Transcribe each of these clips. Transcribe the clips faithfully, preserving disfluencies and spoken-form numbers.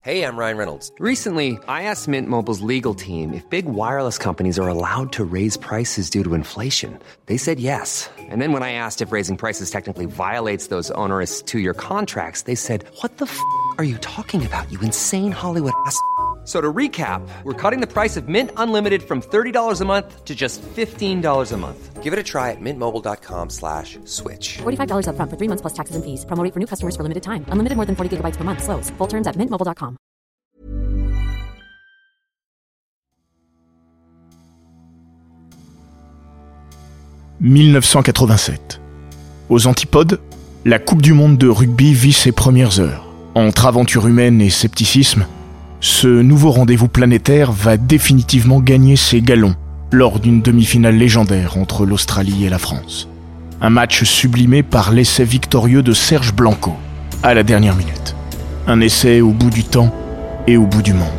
Hey, I'm Ryan Reynolds. Recently, I asked Mint Mobile's legal team if big wireless companies are allowed to raise prices due to inflation. They said yes. And then when I asked if raising prices technically violates those onerous two-year contracts, they said, what the f*** are you talking about, you insane Hollywood ass f- So to recap, we're cutting the price of Mint Unlimited from thirty dollars a month to just fifteen dollars a month. Give it a try at mintmobile.com slash switch. forty-five dollars up front for three months plus taxes and fees. Promo rate for new customers for limited time. Unlimited more than forty gigabytes per month. Slows full terms at mint mobile dot com. dix-neuf cent quatre-vingt-sept. Aux antipodes, la Coupe du monde de rugby vit ses premières heures. Entre aventure humaine et scepticisme, ce nouveau rendez-vous planétaire va définitivement gagner ses galons lors d'une demi-finale légendaire entre l'Australie et la France. Un match sublimé par l'essai victorieux de Serge Blanco, à la dernière minute. Un essai au bout du temps et au bout du monde.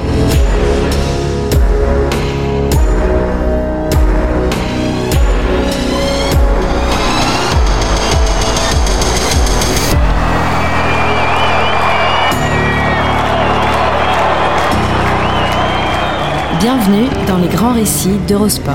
Bienvenue dans les grands récits d'Eurosport.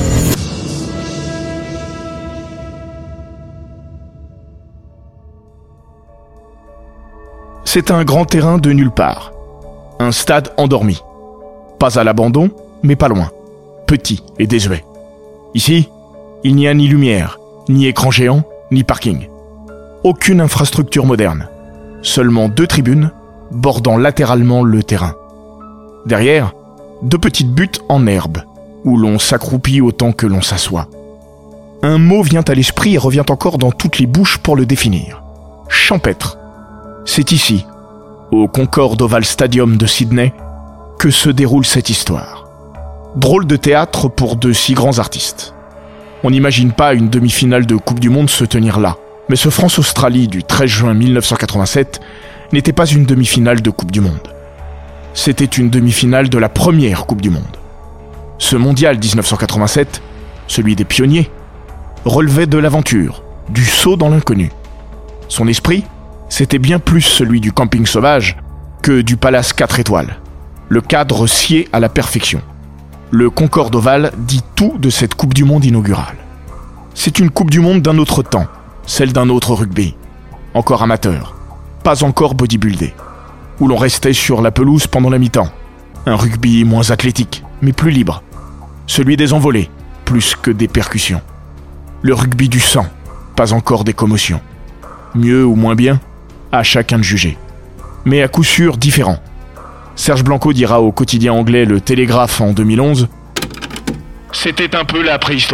C'est un grand terrain de nulle part. Un stade endormi. Pas à l'abandon, mais pas loin. Petit et désuet. Ici, il n'y a ni lumière, ni écran géant, ni parking. Aucune infrastructure moderne. Seulement deux tribunes, bordant latéralement le terrain. Derrière, deux petites buttes en herbe, où l'on s'accroupit autant que l'on s'assoit. Un mot vient à l'esprit et revient encore dans toutes les bouches pour le définir. Champêtre. C'est ici, au Concorde Oval Stadium de Sydney, que se déroule cette histoire. Drôle de théâtre pour de si grands artistes. On n'imagine pas une demi-finale de Coupe du Monde se tenir là, mais ce France-Australie du treize juin dix-neuf cent quatre-vingt-sept n'était pas une demi-finale de Coupe du Monde. C'était une demi-finale de la première Coupe du Monde. Ce mondial dix-neuf cent quatre-vingt-sept, celui des pionniers, relevait de l'aventure, du saut dans l'inconnu. Son esprit, c'était bien plus celui du camping sauvage que du palace quatre étoiles. Le cadre scié à la perfection. Le Concorde Oval dit tout de cette Coupe du Monde inaugurale. C'est une Coupe du Monde d'un autre temps, celle d'un autre rugby. Encore amateur, pas encore bodybuildé. Où l'on restait sur la pelouse pendant la mi-temps. Un rugby moins athlétique, mais plus libre. Celui des envolées, plus que des percussions. Le rugby du sang, pas encore des commotions. Mieux ou moins bien, à chacun de juger. Mais à coup sûr différent. Serge Blanco dira au quotidien anglais Le Télégraphe en deux mille onze « C'était un peu la préhistoire ».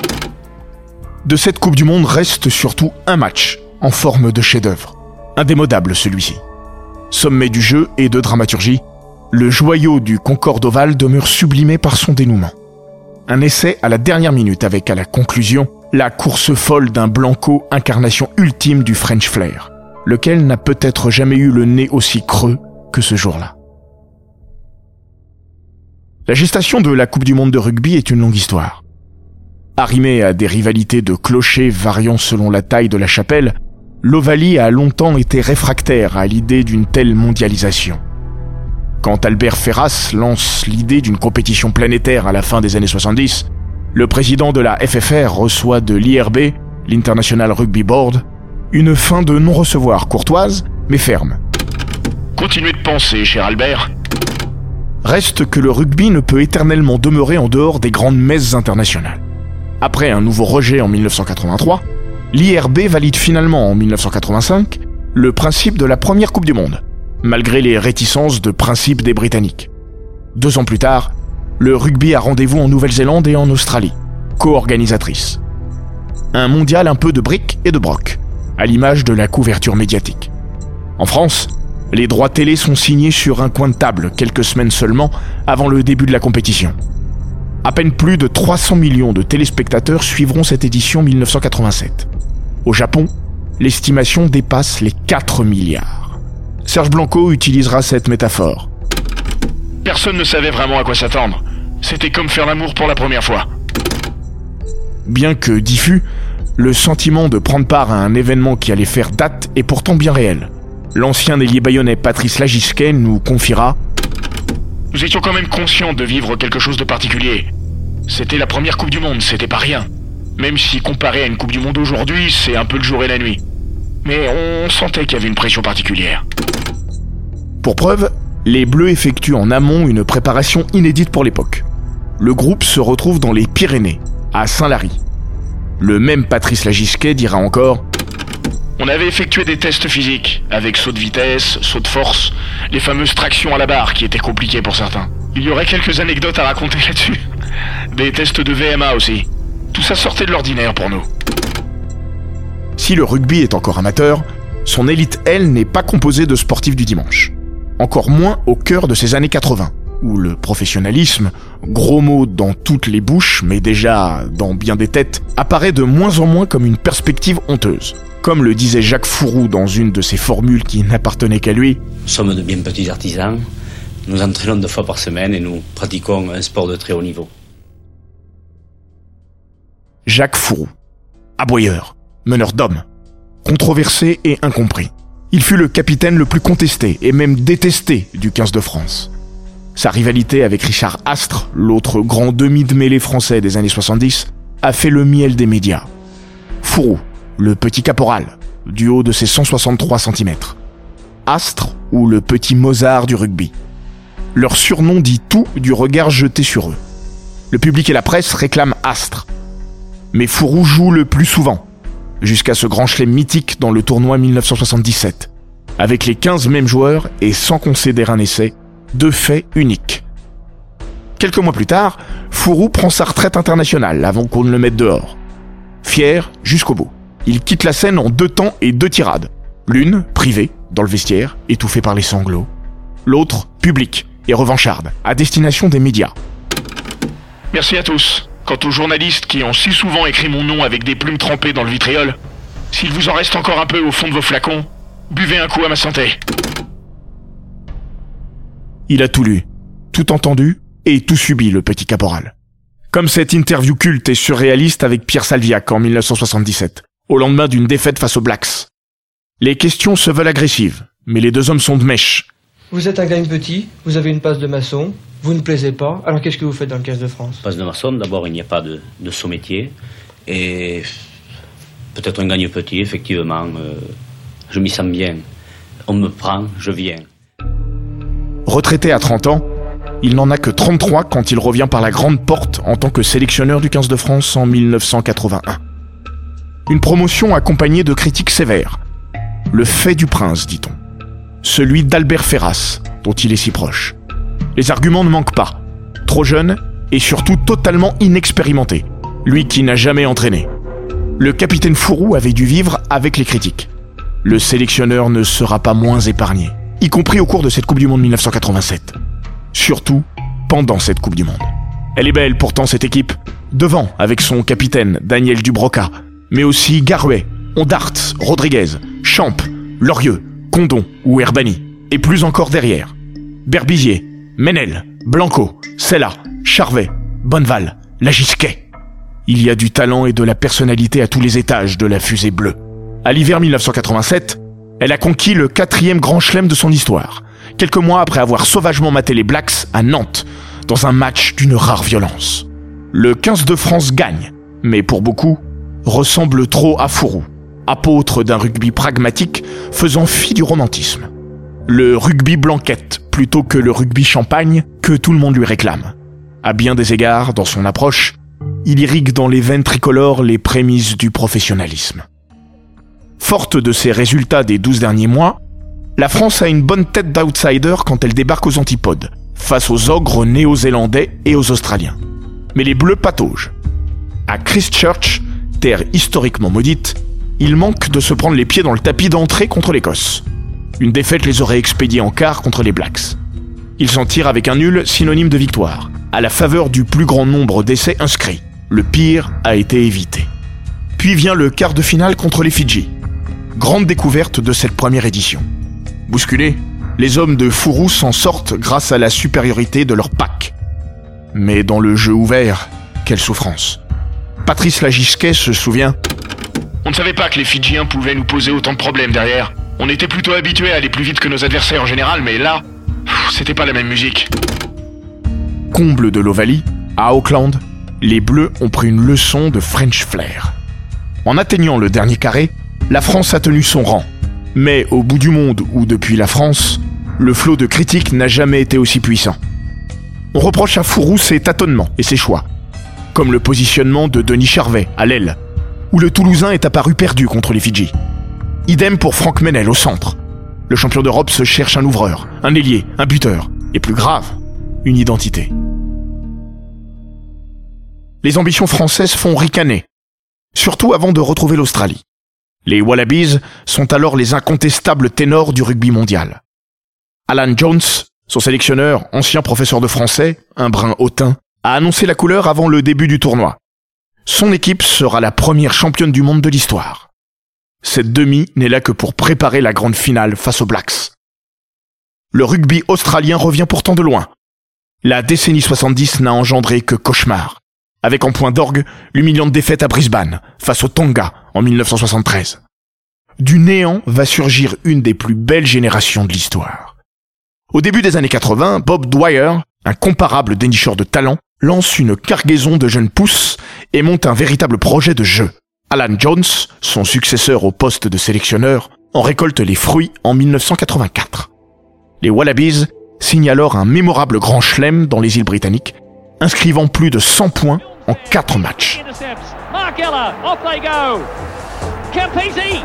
De cette Coupe du Monde reste surtout un match, en forme de chef-d'œuvre. Indémodable celui-ci. Sommet du jeu et de dramaturgie, le joyau du Concorde Oval demeure sublimé par son dénouement. Un essai à la dernière minute avec à la conclusion la course folle d'un Blanco, incarnation ultime du French flair, lequel n'a peut-être jamais eu le nez aussi creux que ce jour-là. La gestation de la Coupe du Monde de rugby est une longue histoire. Arrimée à des rivalités de clochers variant selon la taille de la chapelle, l'Ovalie a longtemps été réfractaire à l'idée d'une telle mondialisation. Quand Albert Ferras lance l'idée d'une compétition planétaire à la fin des années soixante-dix, le président de la F F R reçoit de l'I R B, l'International Rugby Board, une fin de non-recevoir courtoise, mais ferme. Continuez de penser, cher Albert. Reste que le rugby ne peut éternellement demeurer en dehors des grandes messes internationales. Après un nouveau rejet en dix-neuf cent quatre-vingt-trois, l'I R B valide finalement en dix-neuf cent quatre-vingt-cinq le principe de la première Coupe du Monde, malgré les réticences de principe des Britanniques. Deux ans plus tard, le rugby a rendez-vous en Nouvelle-Zélande et en Australie, co-organisatrice. Un mondial un peu de bric et de broc, à l'image de la couverture médiatique. En France, les droits télé sont signés sur un coin de table quelques semaines seulement avant le début de la compétition. À peine plus de trois cents millions de téléspectateurs suivront cette édition dix-neuf cent quatre-vingt-sept. Au Japon, l'estimation dépasse les quatre milliards. Serge Blanco utilisera cette métaphore. Personne ne savait vraiment à quoi s'attendre. C'était comme faire l'amour pour la première fois. Bien que diffus, le sentiment de prendre part à un événement qui allait faire date est pourtant bien réel. l'ancien ailier bayonnais Patrice Lagisquet nous confiera « Nous étions quand même conscients de vivre quelque chose de particulier. C'était la première Coupe du Monde, c'était pas rien. Même si comparé à une Coupe du Monde aujourd'hui, c'est un peu le jour et la nuit. Mais on sentait qu'il y avait une pression particulière. » Pour preuve, les Bleus effectuent en amont une préparation inédite pour l'époque. Le groupe se retrouve dans les Pyrénées, à Saint-Lary. Le même Patrice Lagisquet dira encore « On avait effectué des tests physiques, avec saut de vitesse, saut de force, les fameuses tractions à la barre qui étaient compliquées pour certains. Il y aurait quelques anecdotes à raconter là-dessus. Des tests de V M A aussi. Tout ça sortait de l'ordinaire pour nous. » Si le rugby est encore amateur, son élite, elle, n'est pas composée de sportifs du dimanche. Encore moins au cœur de ces années quatre-vingts, où le professionnalisme, gros mot dans toutes les bouches, mais déjà dans bien des têtes, apparaît de moins en moins comme une perspective honteuse. Comme le disait Jacques Fourou dans une de ses formules qui n'appartenait qu'à lui. Nous sommes de bien petits artisans, nous entraînons deux fois par semaine et nous pratiquons un sport de très haut niveau. Jacques Fourou, aboyeur, meneur d'hommes, controversé et incompris. Il fut le capitaine le plus contesté et même détesté du quinze de France. Sa rivalité avec Richard Astre, l'autre grand demi de mêlée français des années soixante-dix, a fait le miel des médias. Fourou, le petit caporal, du haut de ses cent soixante-trois centimètres. Astre, ou le petit Mozart du rugby. Leur surnom dit tout du regard jeté sur eux. Le public et la presse réclament Astre. Mais Fourou joue le plus souvent, jusqu'à ce grand chelem mythique dans le tournoi mille neuf cent soixante-dix-sept, avec les quinze mêmes joueurs et sans concéder un essai, deux faits uniques. Quelques mois plus tard, Fourou prend sa retraite internationale avant qu'on ne le mette dehors. Fier jusqu'au bout. Il quitte la scène en deux temps et deux tirades. L'une, privée, dans le vestiaire, étouffée par les sanglots. L'autre, publique et revancharde, à destination des médias. Merci à tous. Quant aux journalistes qui ont si souvent écrit mon nom avec des plumes trempées dans le vitriol, s'il vous en reste encore un peu au fond de vos flacons, buvez un coup à ma santé. Il a tout lu, tout entendu et tout subi, le petit caporal. Comme cette interview culte et surréaliste avec Pierre Salviac en mille neuf cent soixante-dix-sept, au lendemain d'une défaite face aux Blacks. Les questions se veulent agressives, mais les deux hommes sont de mèche. Vous êtes un gagne petit, vous avez une passe de maçon, vous ne plaisez pas, alors qu'est-ce que vous faites dans le quinze de France ? Passe de maçon, d'abord il n'y a pas de, de saut métier, et peut-être un gagne petit, effectivement, euh, je m'y sens bien. On me prend, je viens. Retraité à trente ans, il n'en a que trente-trois quand il revient par la grande porte en tant que sélectionneur du quinze de France en mille neuf cent quatre-vingt-un. Une promotion accompagnée de critiques sévères. Le fait du prince, dit-on. Celui d'Albert Ferras, dont il est si proche. Les arguments ne manquent pas. Trop jeune et surtout totalement inexpérimenté. Lui qui n'a jamais entraîné. Le capitaine Fourou avait dû vivre avec les critiques. Le sélectionneur ne sera pas moins épargné, y compris au cours de cette Coupe du Monde mille neuf cent quatre-vingt-sept. Surtout pendant cette Coupe du Monde. Elle est belle pourtant cette équipe. Devant avec son capitaine Daniel Dubroca, mais aussi Garouet, Ondart, Rodriguez, Champ, Lorieux, Condon ou Herbani. Et plus encore derrière. Berbizier, Ménel, Blanco, Sella, Charvet, Bonneval, Lagisquet. Il y a du talent et de la personnalité à tous les étages de la fusée bleue. À l'hiver mille neuf cent quatre-vingt-sept, elle a conquis le quatrième grand chelem de son histoire, quelques mois après avoir sauvagement maté les Blacks à Nantes, dans un match d'une rare violence. Le quinze de France gagne, mais pour beaucoup, ressemble trop à Fourou, apôtre d'un rugby pragmatique faisant fi du romantisme. Le rugby blanquette plutôt que le rugby champagne que tout le monde lui réclame. À bien des égards, dans son approche, il irrigue dans les veines tricolores les prémices du professionnalisme. Forte de ses résultats des douze derniers mois, la France a une bonne tête d'outsider quand elle débarque aux antipodes, face aux ogres néo-zélandais et aux Australiens. Mais les Bleus pataugent. À Christchurch, terre historiquement maudite, il manque de se prendre les pieds dans le tapis d'entrée contre l'Écosse. Une défaite les aurait expédiés en quart contre les Blacks. Ils s'en tirent avec un nul synonyme de victoire, à la faveur du plus grand nombre d'essais inscrits. Le pire a été évité. Puis vient le quart de finale contre les Fidji. Grande découverte de cette première édition. Bousculés, les hommes de Fourou s'en sortent grâce à la supériorité de leur pack. Mais dans le jeu ouvert, quelle souffrance. Patrice Lagisquet se souvient « On ne savait pas que les Fidjiens pouvaient nous poser autant de problèmes derrière. On était plutôt habitués à aller plus vite que nos adversaires en général, mais là, pff, c'était pas la même musique. Comble de l'Ovalie, à Auckland, les Bleus ont pris une leçon de French flair. En atteignant le dernier carré, la France a tenu son rang. Mais au bout du monde ou depuis la France, le flot de critiques n'a jamais été aussi puissant. On reproche à Fourou ses tâtonnements et ses choix, comme le positionnement de Denis Charvet à l'aile, où le Toulousain est apparu perdu contre les Fidji. Idem pour Franck Menel au centre. Le champion d'Europe se cherche un ouvreur, un ailier, un buteur, et plus grave, une identité. Les ambitions françaises font ricaner, surtout avant de retrouver l'Australie. Les Wallabies sont alors les incontestables ténors du rugby mondial. Alan Jones, son sélectionneur, ancien professeur de français, un brin hautain, a annoncé la couleur avant le début du tournoi. Son équipe sera la première championne du monde de l'histoire. Cette demi n'est là que pour préparer la grande finale face aux Blacks. Le rugby australien revient pourtant de loin. La décennie soixante-dix n'a engendré que cauchemar, avec en point d'orgue l'humiliante défaite à Brisbane, face aux Tonga, en mille neuf cent soixante-treize. Du néant va surgir une des plus belles générations de l'histoire. Au début des années quatre-vingts, Bob Dwyer, un comparable dénicheur de talent, lance une cargaison de jeunes pousses et monte un véritable projet de jeu. Alan Jones, son successeur au poste de sélectionneur, en récolte les fruits en mille neuf cent quatre-vingt-quatre. Les Wallabies signent alors un mémorable grand chelem dans les îles britanniques, inscrivant plus de cent points en quatre matchs. Mark Ella, off they go. Campese.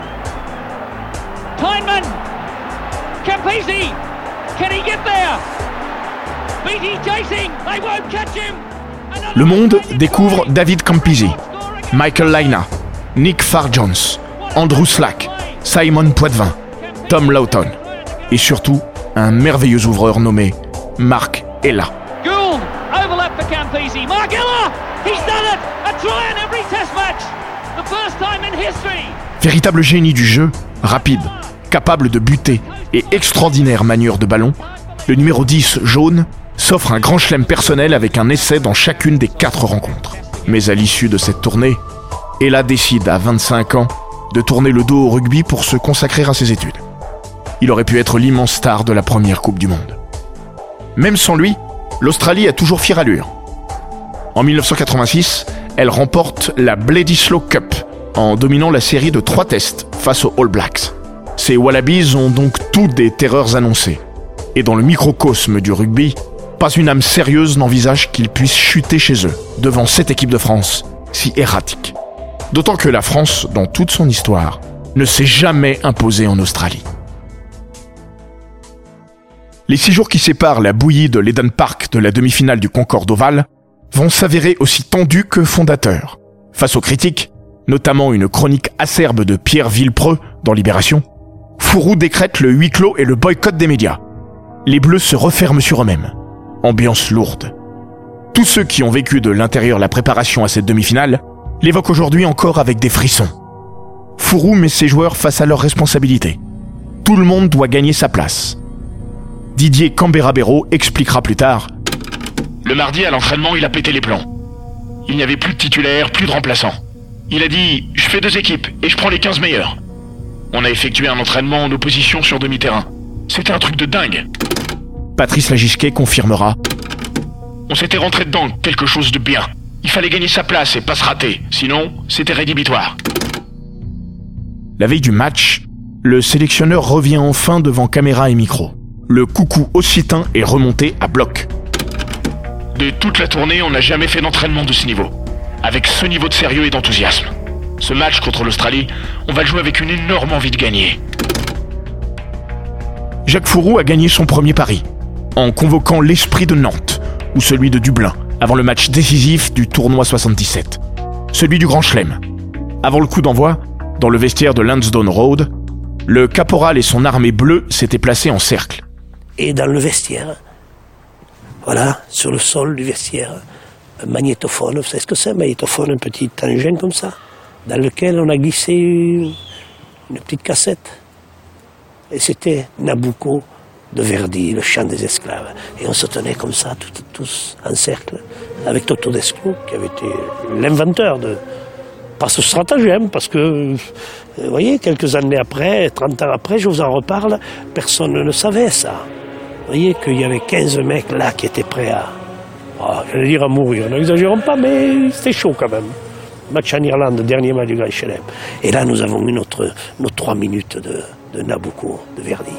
Tyneman. Campese. Can he get there? Beatty chasing. They won't catch him. Le monde découvre David Campese, Michael Laina, Nick Farr-Jones, Andrew Slack, Simon Poitvin, Tom Lawton et surtout un merveilleux ouvreur nommé Mark Ella. Gould, overlap for Campese. Mark Ella, he's done it. A try in every test match. The first time in history. Véritable génie du jeu, rapide, capable de buter et extraordinaire manieur de ballon, le numéro dix jaune s'offre un grand chelem personnel avec un essai dans chacune des quatre rencontres. Mais à l'issue de cette tournée, Ella décide à vingt-cinq ans de tourner le dos au rugby pour se consacrer à ses études. Il aurait pu être l'immense star de la première Coupe du Monde. Même sans lui, l'Australie a toujours fière allure. En mille neuf cent quatre-vingt-six, elle remporte la Bledisloe Cup en dominant la série de trois tests face aux All Blacks. Ces Wallabies ont donc toutes des terreurs annoncées. Et dans le microcosme du rugby, pas une âme sérieuse n'envisage qu'ils puissent chuter chez eux, devant cette équipe de France, si erratique. D'autant que la France, dans toute son histoire, ne s'est jamais imposée en Australie. Les six jours qui séparent la bouillie de l'Eden Park de la demi-finale du Concorde Oval vont s'avérer aussi tendus que fondateurs. Face aux critiques, notamment une chronique acerbe de Pierre Villepreux dans Libération, Fourou décrète le huis clos et le boycott des médias. Les Bleus se referment sur eux-mêmes. Ambiance lourde. Tous ceux qui ont vécu de l'intérieur la préparation à cette demi-finale l'évoquent aujourd'hui encore avec des frissons. Fourou met ses joueurs face à leurs responsabilités. Tout le monde doit gagner sa place. Didier Cambera-Béraud expliquera plus tard: le mardi à l'entraînement, il a pété les plombs. Il n'y avait plus de titulaires, plus de remplaçants. Il a dit: je fais deux équipes et je prends les quinze meilleurs. On a effectué un entraînement en opposition sur demi-terrain. C'était un truc de dingue. Patrice Lagisquet confirmera: on s'était rentré dedans, quelque chose de bien. Il fallait gagner sa place et pas se rater, sinon c'était rédhibitoire. La veille du match, le sélectionneur revient enfin devant caméra et micro. Le coucou occitan est remonté à bloc. De toute la tournée, on n'a jamais fait d'entraînement de ce niveau, avec ce niveau de sérieux et d'enthousiasme. Ce match contre l'Australie, on va le jouer avec une énorme envie de gagner. Jacques Fourou a gagné son premier pari, en convoquant l'Esprit de Nantes, ou celui de Dublin, avant le match décisif du tournoi soixante-dix-sept. Celui du Grand Chelem. Avant le coup d'envoi, dans le vestiaire de Lansdowne Road, le caporal et son armée bleue s'étaient placés en cercle. Et dans le vestiaire, voilà, sur le sol du vestiaire, un magnétophone. Vous savez ce que c'est, un magnétophone, un petit engin comme ça, dans lequel on a glissé une, une petite cassette. Et c'était Nabucco de Verdi, le chant des esclaves. Et on se tenait comme ça, tout, tous en cercle, avec Toto Desclous, qui avait été l'inventeur de, Pas ce stratagème, parce que, vous voyez, quelques années après, trente ans après, je vous en reparle, personne ne savait ça. Vous voyez qu'il y avait quinze mecs là qui étaient prêts à, oh, j'allais dire à mourir, n'exagérons pas, mais c'était chaud quand même. Match en Irlande, dernier match du Grand Chelem. Et là, nous avons eu notre, nos trois minutes de, de Nabucco, de Verdi.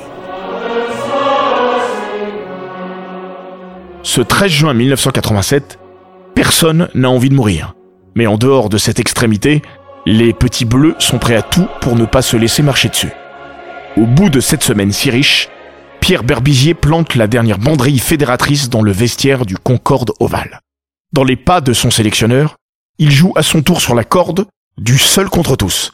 Ce treize juin mille neuf cent quatre-vingt-sept, personne n'a envie de mourir. Mais en dehors de cette extrémité, les petits bleus sont prêts à tout pour ne pas se laisser marcher dessus. Au bout de cette semaine si riche, Pierre Berbizier plante la dernière banderille fédératrice dans le vestiaire du Concorde Oval. Dans les pas de son sélectionneur, il joue à son tour sur la corde du seul contre tous.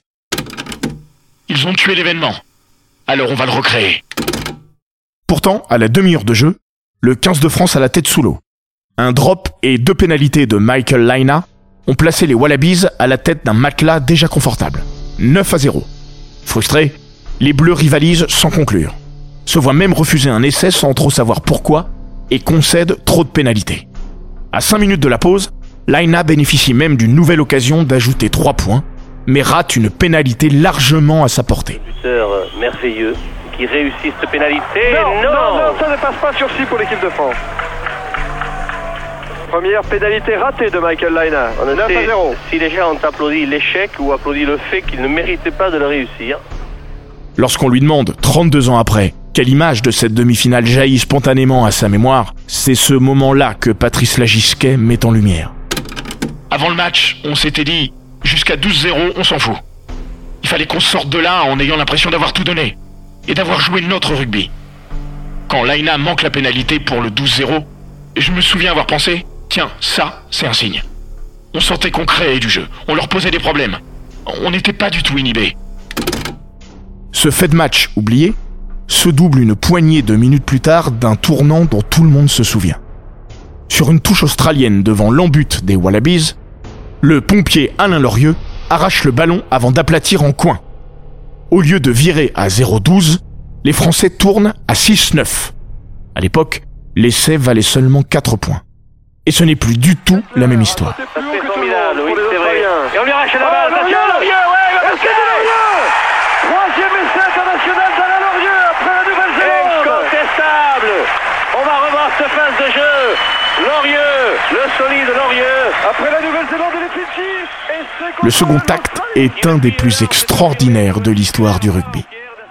Ils ont tué l'événement. Alors on va le recréer. Pourtant, à la demi-heure de jeu, le quinze de France a la tête sous l'eau. Un drop et deux pénalités de Michael Laina ont placé les Wallabies à la tête d'un matelas déjà confortable. neuf à zéro. Frustrés, les Bleus rivalisent sans conclure. Se voient même refuser un essai sans trop savoir pourquoi et concèdent trop de pénalités. À cinq minutes de la pause, Laina bénéficie même d'une nouvelle occasion d'ajouter trois points, mais rate une pénalité largement à sa portée. Buteur merveilleux qui réussit cette pénalité. Non, non, non, non, ça ne passe pas sur six pour l'équipe de France. Première pénalité ratée de Michael Laina. On ne neuf à zéro. Si les gens ont applaudi l'échec ou applaudi le fait qu'ils ne méritaient pas de le réussir. Lorsqu'on lui demande, trente-deux ans après, quelle image de cette demi-finale jaillit spontanément à sa mémoire, c'est ce moment-là que Patrice Lagisquet met en lumière. Avant le match, on s'était dit, jusqu'à douze zéro, on s'en fout. Il fallait qu'on sorte de là en ayant l'impression d'avoir tout donné et d'avoir joué notre rugby. Quand Laina manque la pénalité pour le douze zéro, je me souviens avoir pensé, tiens, ça, c'est un signe. On sentait qu'on créait du jeu, on leur posait des problèmes. On n'était pas du tout inhibés. Ce fait de match oublié se double une poignée de minutes plus tard d'un tournant dont tout le monde se souvient. Sur une touche australienne devant l'embut des Wallabies, le pompier Alain Lorieux arrache le ballon avant d'aplatir en coin. Au lieu de virer à zéro douze, les Français tournent à six neuf. À l'époque, l'essai valait seulement quatre points. Et ce n'est plus du tout la même histoire. C'est formidable, oui, c'est vrai. Et on lui arrache la balle. Oh, Lorieux, Lorieux, ouais, il va marquer Lorieux. Troisième essai international d'Alain Lorieux après la Nouvelle-Zélande. Incontestable. On va revoir ce phase de jeu. Lorieux, le solide Lorieux. Après la Nouvelle-Zélande et les Fidji. Le second acte est un des plus extraordinaires de l'histoire du rugby.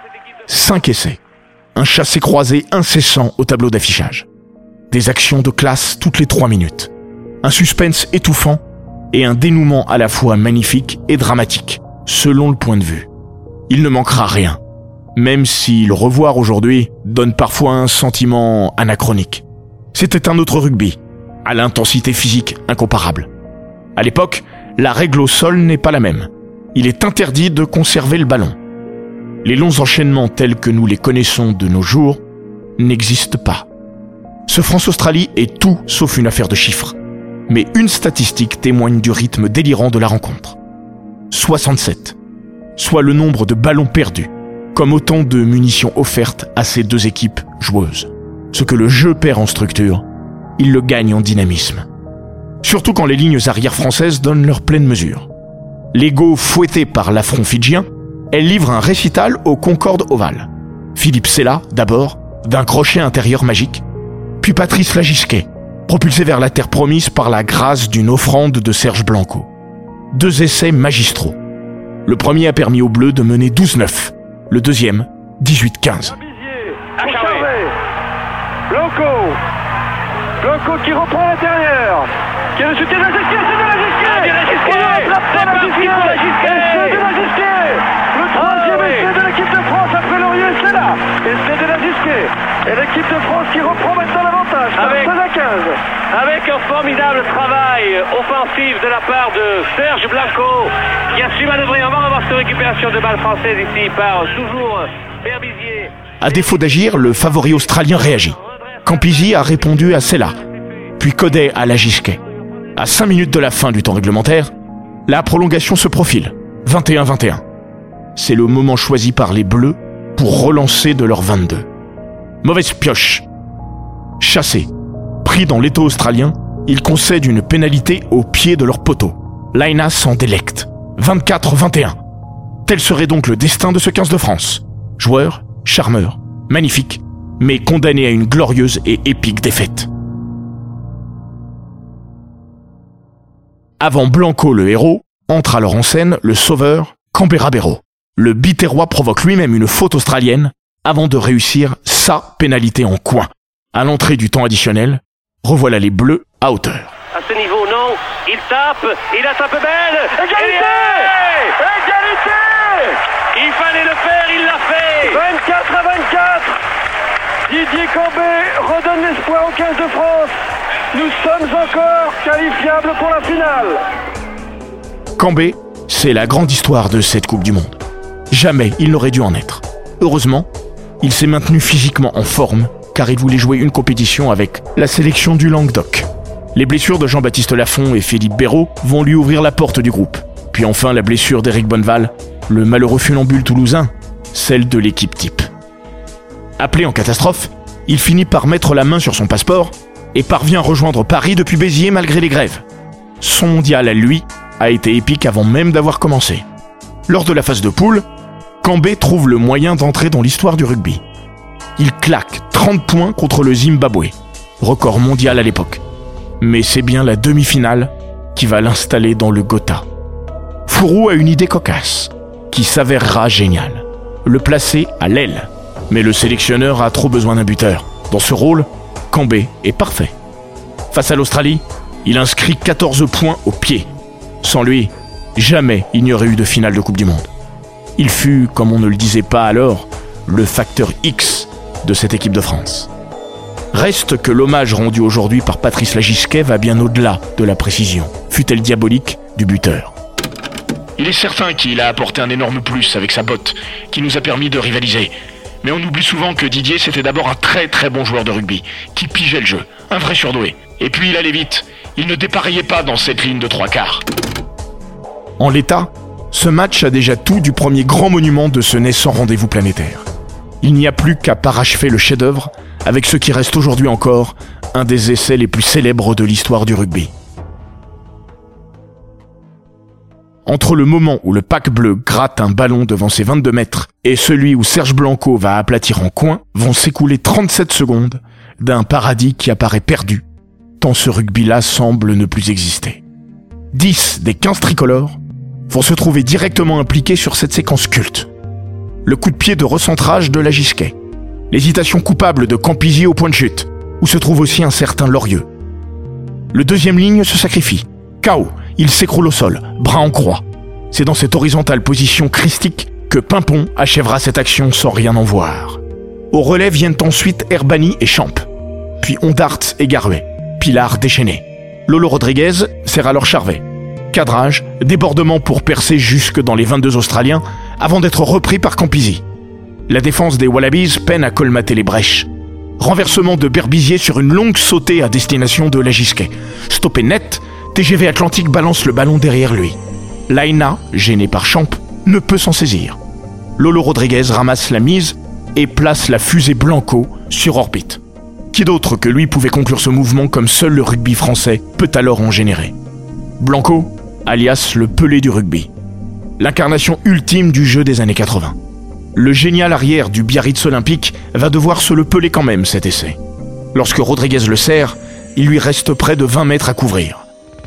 Cinq essais. Un chassé-croisé incessant au tableau d'affichage. Des actions de classe toutes les trois minutes. Un suspense étouffant et un dénouement à la fois magnifique et dramatique, selon le point de vue. Il ne manquera rien, même si le revoir aujourd'hui donne parfois un sentiment anachronique. C'était un autre rugby, à l'intensité physique incomparable. À l'époque, la règle au sol n'est pas la même. Il est interdit de conserver le ballon. Les longs enchaînements tels que nous les connaissons de nos jours n'existent pas. Ce France-Australie est tout sauf une affaire de chiffres. Mais une statistique témoigne du rythme délirant de la rencontre. soixante-sept. Soit le nombre de ballons perdus, comme autant de munitions offertes à ces deux équipes joueuses. Ce que le jeu perd en structure, il le gagne en dynamisme. Surtout quand les lignes arrières françaises donnent leur pleine mesure. L'ego fouetté par l'affront fidjien, elle livre un récital au Concorde Oval. Philippe Sella, d'abord, d'un crochet intérieur magique, puis Patrice Lagisquet, propulsé vers la terre promise par la grâce d'une offrande de Serge Blanco. Deux essais magistraux. Le premier a permis aux Bleus de mener douze neuf, le deuxième, dix-huit quinze. Blanco Blanco qui reprend l'intérieur, qui a le soutien de Lagisquet, c'est de Lagisquet, c'est de Lagisquet, c'est de Lagisquet, le troisième essai de l'équipe de France après Lorieux, c'est là, et c'est de Lagisquet, et l'équipe de France qui reprend maintenant l'avantage, avec, seize à quinze. Avec un formidable travail offensif de la part de Serge Blanco, qui a su manœuvrer. On va revoir cette récupération de balle française ici par toujours Berbizier. À défaut d'agir, le favori australien réagit. Campizi a répondu à Sella, puis Codet à Lagisquet. À cinq minutes de la fin du temps réglementaire, la prolongation se profile, vingt et un vingt et un. C'est le moment choisi par les Bleus pour relancer de leur vingt-deux. Mauvaise pioche. Chassé, pris dans l'étau australien, ils concèdent une pénalité au pied de leur poteau. Laina s'en délecte. vingt-quatre à vingt et un. Tel serait donc le destin de ce quinze de France. Joueur, charmeur, magnifique, mais condamné à une glorieuse et épique défaite. Avant Blanco le héros, entre alors en scène le sauveur Canberra Béraud. Le Biterrois provoque lui-même une faute australienne avant de réussir sa pénalité en coin. À l'entrée du temps additionnel, revoilà les Bleus à hauteur. À ce niveau, non. Il tape, il a tapé belle. Égalité! Égalité! Il fallait le faire, il l'a fait. vingt-quatre à vingt-quatre. Didier Cambé redonne l'espoir au quinze de France. Nous sommes encore qualifiables pour la finale. Cambé, c'est la grande histoire de cette Coupe du Monde. Jamais il n'aurait dû en être. Heureusement, il s'est maintenu physiquement en forme car il voulait jouer une compétition avec la sélection du Languedoc. Les blessures de Jean-Baptiste Lafont et Philippe Béraud vont lui ouvrir la porte du groupe. Puis enfin la blessure d'Éric Bonneval, le malheureux funambule toulousain, celle de l'équipe type. Appelé en catastrophe, il finit par mettre la main sur son passeport et parvient à rejoindre Paris depuis Béziers malgré les grèves. Son mondial à lui a été épique avant même d'avoir commencé. Lors de la phase de poule, Cambé trouve le moyen d'entrer dans l'histoire du rugby. Il claque trente points contre le Zimbabwe, record mondial à l'époque. Mais c'est bien la demi-finale qui va l'installer dans le Gotha. Fourou a une idée cocasse, qui s'avérera géniale. Le placer à l'aile. Mais le sélectionneur a trop besoin d'un buteur. Dans ce rôle, Cambé est parfait. Face à l'Australie, il inscrit quatorze points au pied. Sans lui, jamais il n'y aurait eu de finale de Coupe du Monde. Il fut, comme on ne le disait pas alors, le facteur X de cette équipe de France. Reste que l'hommage rendu aujourd'hui par Patrice Lagisquet va bien au-delà de la précision, fut-elle diabolique, du buteur. Il est certain qu'il a apporté un énorme plus avec sa botte, qui nous a permis de rivaliser. Mais on oublie souvent que Didier, c'était d'abord un très très bon joueur de rugby, qui pigeait le jeu, un vrai surdoué. Et puis il allait vite, il ne dépareillait pas dans cette ligne de trois quarts. En l'état, ce match a déjà tout du premier grand monument de ce naissant rendez-vous planétaire. Il n'y a plus qu'à parachever le chef-d'œuvre avec ce qui reste aujourd'hui encore un des essais les plus célèbres de l'histoire du rugby. Entre le moment où le pack bleu gratte un ballon devant ses vingt-deux mètres et celui où Serge Blanco va aplatir en coin, vont s'écouler trente-sept secondes d'un paradis qui apparaît perdu, tant ce rugby-là semble ne plus exister. dix des quinze tricolores vont se trouver directement impliqués sur cette séquence culte. Le coup de pied de recentrage de Lagisquet, l'hésitation coupable de Campisi au point de chute, où se trouve aussi un certain Lorieux. Le deuxième ligne se sacrifie. K O, il s'écroule au sol, bras en croix. C'est dans cette horizontale position christique que Pimpon achèvera cette action sans rien en voir. Au relais viennent ensuite Herbani et Champ, puis Ondart et Garuet, Pilar déchaîné. Lolo Rodriguez sert alors Charvet. Cadrage, débordement pour percer jusque dans les vingt-deux Australiens avant d'être repris par Campisi. La défense des Wallabies peine à colmater les brèches. Renversement de Berbizier sur une longue sautée à destination de Lagisquet. Stoppé net, T G V Atlantique balance le ballon derrière lui. Laina, gêné par Champ, ne peut s'en saisir. Lolo Rodriguez ramasse la mise et place la fusée Blanco sur orbite. Qui d'autre que lui pouvait conclure ce mouvement comme seul le rugby français peut alors en générer? Blanco, alias le Pelé du rugby. L'incarnation ultime du jeu des années quatre-vingts. Le génial arrière du Biarritz olympique va devoir se le peler quand même cet essai. Lorsque Rodriguez le serre, il lui reste près de vingt mètres à couvrir.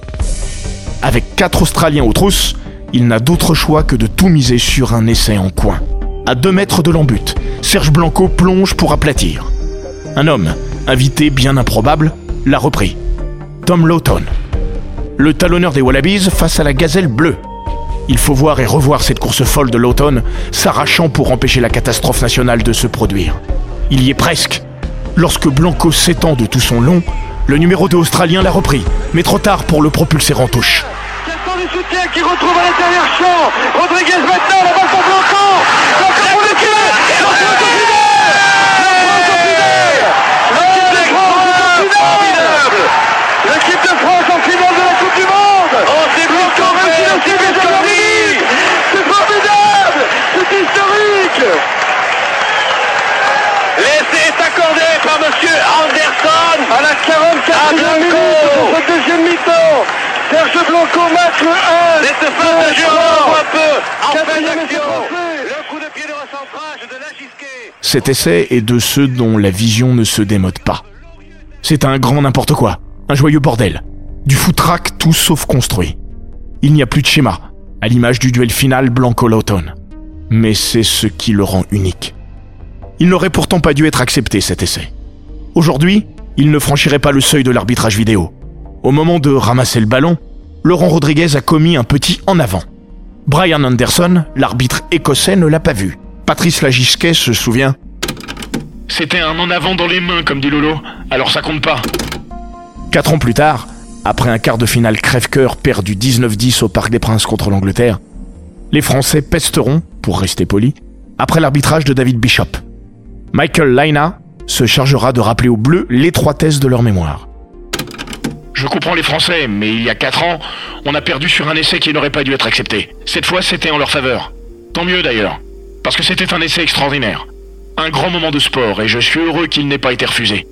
Avec quatre Australiens aux trousses, il n'a d'autre choix que de tout miser sur un essai en coin. À deux mètres de l'embut, Serge Blanco plonge pour aplatir. Un homme, invité bien improbable, l'a repris. Tom Lawton. Le talonneur des Wallabies face à la gazelle bleue. Il faut voir et revoir cette course folle de Lawton, s'arrachant pour empêcher la catastrophe nationale de se produire. Il y est presque. Lorsque Blanco s'étend de tout son long, le numéro deux australien l'a repris, mais trop tard pour le propulser en touche. Quel du soutien qui retrouve à l'intérieur champ. Rodriguez maintenant, la balle pour Blanco. Blanco pour le pied. La France au finale. L'équipe de France en finale. L'équipe de France en finale de la Coupe du Monde. Oh, c'est Blanco, c'est formidable. C'est historique. L'essai est accordé par monsieur Anderson à la quarante-quatrième minute de ce deuxième mi-temps. Serge Blanco Blanco marque le un. Cette phase de jeu un peu en fin d'action. Le coup de pied de recentrage de Lagisquet. Cet essai est de ceux dont la vision ne se démode pas. C'est un grand n'importe quoi, un joyeux bordel. Du foutraque tout sauf construit. Il n'y a plus de schéma, à l'image du duel final Blanco-Lawton. Mais c'est ce qui le rend unique. Il n'aurait pourtant pas dû être accepté, cet essai. Aujourd'hui, il ne franchirait pas le seuil de l'arbitrage vidéo. Au moment de ramasser le ballon, Laurent Rodriguez a commis un petit en avant. Brian Anderson, l'arbitre écossais, ne l'a pas vu. Patrice Lagisquet se souvient. C'était un en avant dans les mains, comme dit Lolo, alors ça compte pas. Quatre ans plus tard, après un quart de finale crève-cœur perdu dix-neuf dix au Parc des Princes contre l'Angleterre, les Français pesteront, pour rester polis, après l'arbitrage de David Bishop. Michael Laina se chargera de rappeler aux Bleus l'étroitesse de leur mémoire. Je comprends les Français, mais il y a quatre ans, on a perdu sur un essai qui n'aurait pas dû être accepté. Cette fois, c'était en leur faveur. Tant mieux d'ailleurs, parce que c'était un essai extraordinaire. Un grand moment de sport, et je suis heureux qu'il n'ait pas été refusé.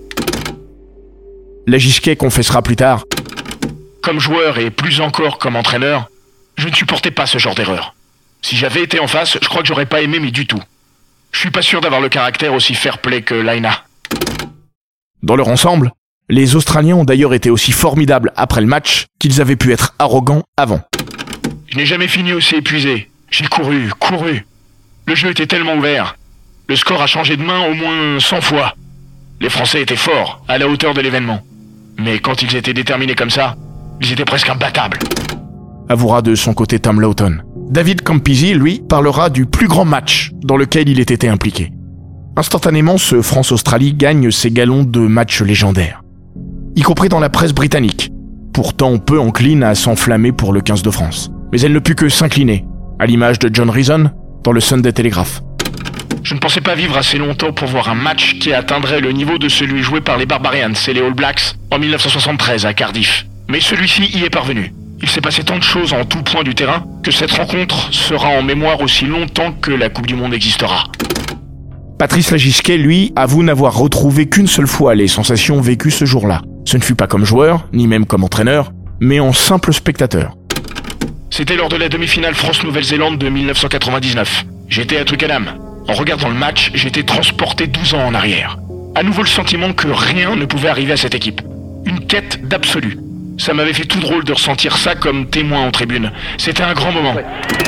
Lagisquet confessera plus tard. Comme joueur et plus encore comme entraîneur, je ne supportais pas ce genre d'erreur. Si j'avais été en face, je crois que j'aurais pas aimé, mais du tout. Je suis pas sûr d'avoir le caractère aussi fair-play que Laina. Dans leur ensemble, les Australiens ont d'ailleurs été aussi formidables après le match qu'ils avaient pu être arrogants avant. Je n'ai jamais fini aussi épuisé. J'ai couru, couru. Le jeu était tellement ouvert. Le score a changé de main au moins cent fois. Les Français étaient forts, à la hauteur de l'événement. Mais quand ils étaient déterminés comme ça, ils étaient presque imbattables. Avouera de son côté Tom Lawton. David Campisi, lui, parlera du plus grand match dans lequel il ait été impliqué. Instantanément, ce France-Australie gagne ses galons de matchs légendaires. Y compris dans la presse britannique, pourtant peu encline à s'enflammer pour le quinze de France. Mais elle ne put que s'incliner, à l'image de John Reason dans le Sunday Telegraph. Je ne pensais pas vivre assez longtemps pour voir un match qui atteindrait le niveau de celui joué par les Barbarians et les All Blacks en dix-neuf cent soixante-treize à Cardiff. Mais celui-ci y est parvenu. Il s'est passé tant de choses en tout point du terrain que cette rencontre sera en mémoire aussi longtemps que la Coupe du Monde existera. Patrice Lagisquet, lui, avoue n'avoir retrouvé qu'une seule fois les sensations vécues ce jour-là. Ce ne fut pas comme joueur, ni même comme entraîneur, mais en simple spectateur. C'était lors de la demi-finale France-Nouvelle-Zélande de dix-neuf cent quatre-vingt-dix-neuf. J'étais à Twickenham. En regardant le match, j'étais transporté douze ans en arrière. À nouveau le sentiment que rien ne pouvait arriver à cette équipe. Une quête d'absolu. Ça m'avait fait tout drôle de ressentir ça comme témoin en tribune. C'était un grand moment.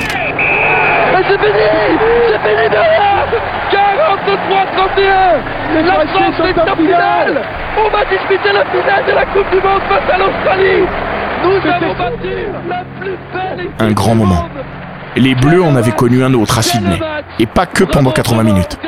Et c'est fini. C'est fini derrière. quarante-trois trente et un. La France est en finale. On va disputer la finale de la Coupe du Monde face à l'Australie. Nous avons battu la plus belle équipe. Un grand moment. Les Bleus en avaient connu un autre à Sydney. Et pas que pendant quatre-vingts minutes.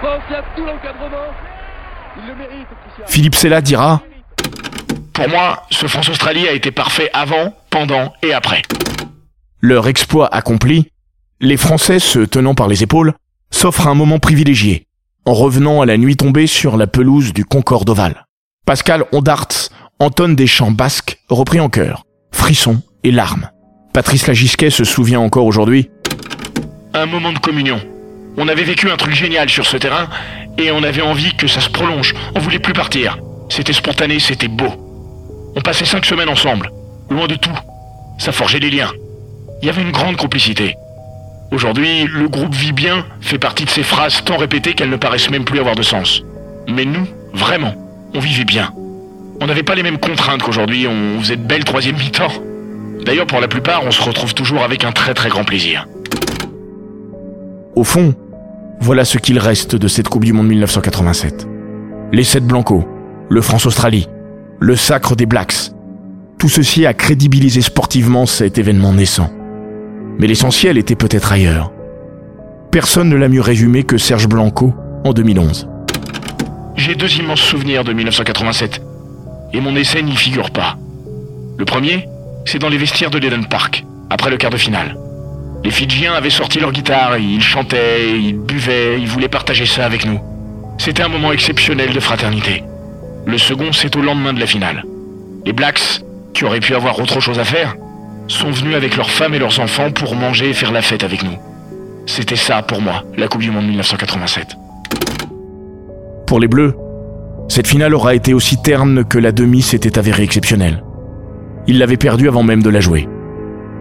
Philippe Sella dira: pour moi, ce France-Australie a été parfait avant, pendant et après. Leur exploit accompli, les Français, se tenant par les épaules, s'offrent un moment privilégié, en revenant à la nuit tombée sur la pelouse du Concorde Oval. Pascal Ondarts entonne des chants basques repris en chœur, frissons et larmes. Patrice Lagisquet se souvient encore aujourd'hui. Un moment de communion. On avait vécu un truc génial sur ce terrain, et on avait envie que ça se prolonge. On voulait plus partir. C'était spontané, c'était beau. On passait cinq semaines ensemble, loin de tout. Ça forgeait des liens. Il y avait une grande complicité. Aujourd'hui, le groupe vit bien fait partie de ces phrases tant répétées qu'elles ne paraissent même plus avoir de sens. Mais nous, vraiment, on vivait bien. On n'avait pas les mêmes contraintes qu'aujourd'hui, on faisait de belles troisième mi-temps. D'ailleurs, pour la plupart, on se retrouve toujours avec un très très grand plaisir. Au fond, voilà ce qu'il reste de cette Coupe du Monde dix-neuf cent quatre-vingt-sept. L'essai de Blanco, le France-Australie, le sacre des Blacks. Tout ceci a crédibilisé sportivement cet événement naissant. Mais l'essentiel était peut-être ailleurs. Personne ne l'a mieux résumé que Serge Blanco en deux mille onze. J'ai deux immenses souvenirs de dix-neuf cent quatre-vingt-sept, et mon essai n'y figure pas. Le premier, c'est dans les vestiaires de l'Eden Park, après le quart de finale. Les Fidjiens avaient sorti leur guitare, ils chantaient, ils buvaient, ils voulaient partager ça avec nous. C'était un moment exceptionnel de fraternité. Le second, c'est au lendemain de la finale. Les Blacks, qui auraient pu avoir autre chose à faire, sont venus avec leurs femmes et leurs enfants pour manger et faire la fête avec nous. C'était ça, pour moi, la Coupe du Monde dix-neuf cent quatre-vingt-sept. Pour les Bleus, cette finale aura été aussi terne que la demi s'était avérée exceptionnelle. Ils l'avaient perdue avant même de la jouer.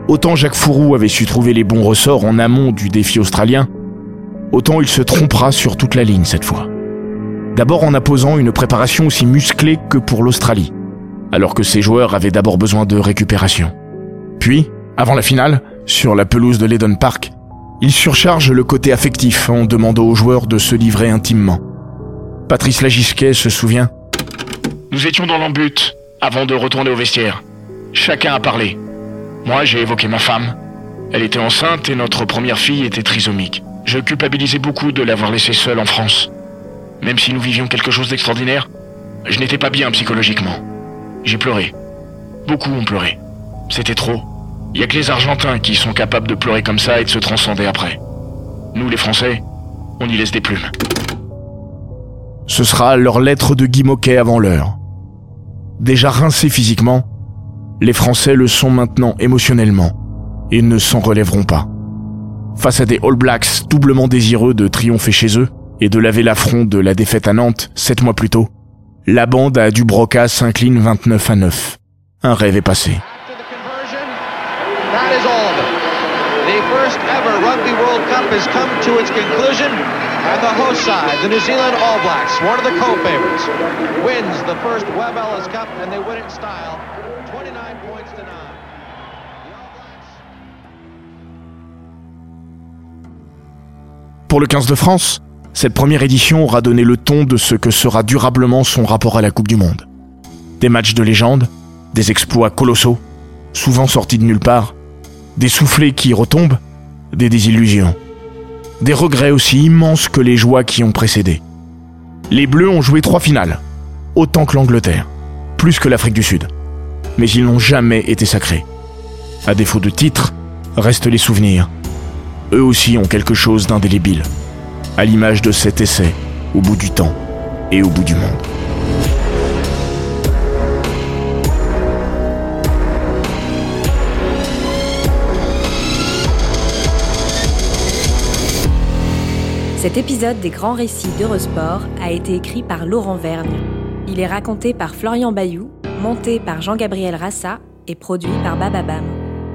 Autant Jacques Fouroux avait su trouver les bons ressorts en amont du défi australien, autant il se trompera sur toute la ligne cette fois. D'abord en imposant une préparation aussi musclée que pour l'Australie, alors que ses joueurs avaient d'abord besoin de récupération. Puis, avant la finale, sur la pelouse de l'Eden Park, il surcharge le côté affectif en demandant aux joueurs de se livrer intimement. Patrice Lagisquet se souvient. Nous étions dans l'embut avant de retourner au vestiaire. Chacun a parlé. Moi, j'ai évoqué ma femme. Elle était enceinte et notre première fille était trisomique. Je culpabilisais beaucoup de l'avoir laissée seule en France. Même si nous vivions quelque chose d'extraordinaire, je n'étais pas bien psychologiquement. J'ai pleuré. Beaucoup ont pleuré. C'était trop. Il n'y a que les Argentins qui sont capables de pleurer comme ça et de se transcender après. Nous, les Français, on y laisse des plumes. Ce sera leur lettre de Guy Moquet avant l'heure. Déjà rincés physiquement, les Français le sont maintenant émotionnellement et ne s'en relèveront pas. Face à des All Blacks doublement désireux de triompher chez eux et de laver l'affront de la défaite à Nantes sept mois plus tôt, la bande à Dubroca s'incline vingt-neuf à neuf. Un rêve est passé. That is all of it. The first ever Rugby World Cup has come to its conclusion, and the host side, the New Zealand All Blacks, one of the co-favorites, wins the first Webb Ellis Cup, and they win it in style, twenty-nine points to nine. Pour le quinze de France, cette première édition aura donné le ton de ce que sera durablement son rapport à la Coupe du Monde. Des matchs de légende, des exploits colossaux, souvent sortis de nulle part, des soufflets qui retombent, des désillusions. Des regrets aussi immenses que les joies qui ont précédé. Les Bleus ont joué trois finales, autant que l'Angleterre, plus que l'Afrique du Sud. Mais ils n'ont jamais été sacrés. À défaut de titres, restent les souvenirs. Eux aussi ont quelque chose d'indélébile, à l'image de cet essai, au bout du temps et au bout du monde. Cet épisode des Grands Récits d'Eurosport a été écrit par Laurent Vergne. Il est raconté par Florian Bayou, monté par Jean-Gabriel Rassa et produit par Bababam.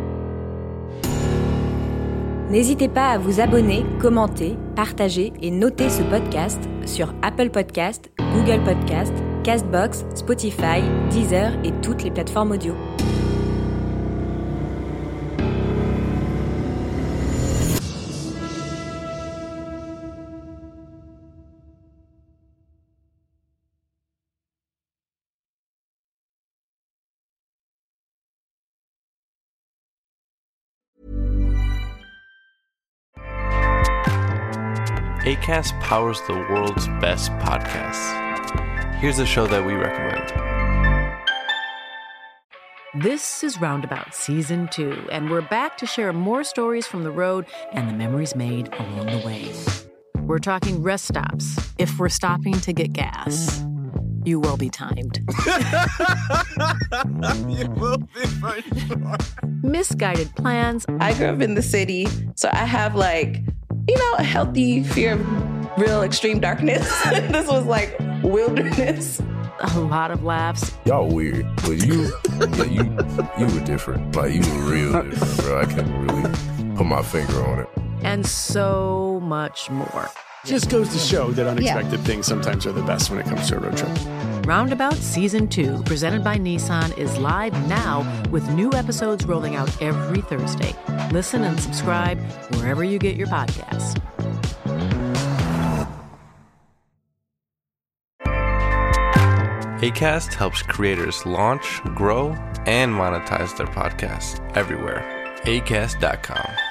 N'hésitez pas à vous abonner, commenter, partager et noter ce podcast sur Apple Podcasts, Google Podcasts, Castbox, Spotify, Deezer et toutes les plateformes audio. Acast powers the world's best podcasts. Here's a show that we recommend. This is Roundabout Season two, and we're back to share more stories from the road and the memories made along the way. We're talking rest stops, if we're stopping to get gas. You will be timed. You will be for sure. Misguided plans. I grew up in the city, so I have like, you know, a healthy fear of real extreme darkness. This was like wilderness. A lot of laughs. Y'all weird, but you, yeah, you, you were different. Like you were real different, bro. I can't really put my finger on it. And so much more. Just goes to show that unexpected yeah. things sometimes are the best when it comes to a road trip. Roundabout Season two, presented by Nissan, is live now with new episodes rolling out every Thursday. Listen and subscribe wherever you get your podcasts. Acast helps creators launch, grow, and monetize their podcasts everywhere. Acast dot com.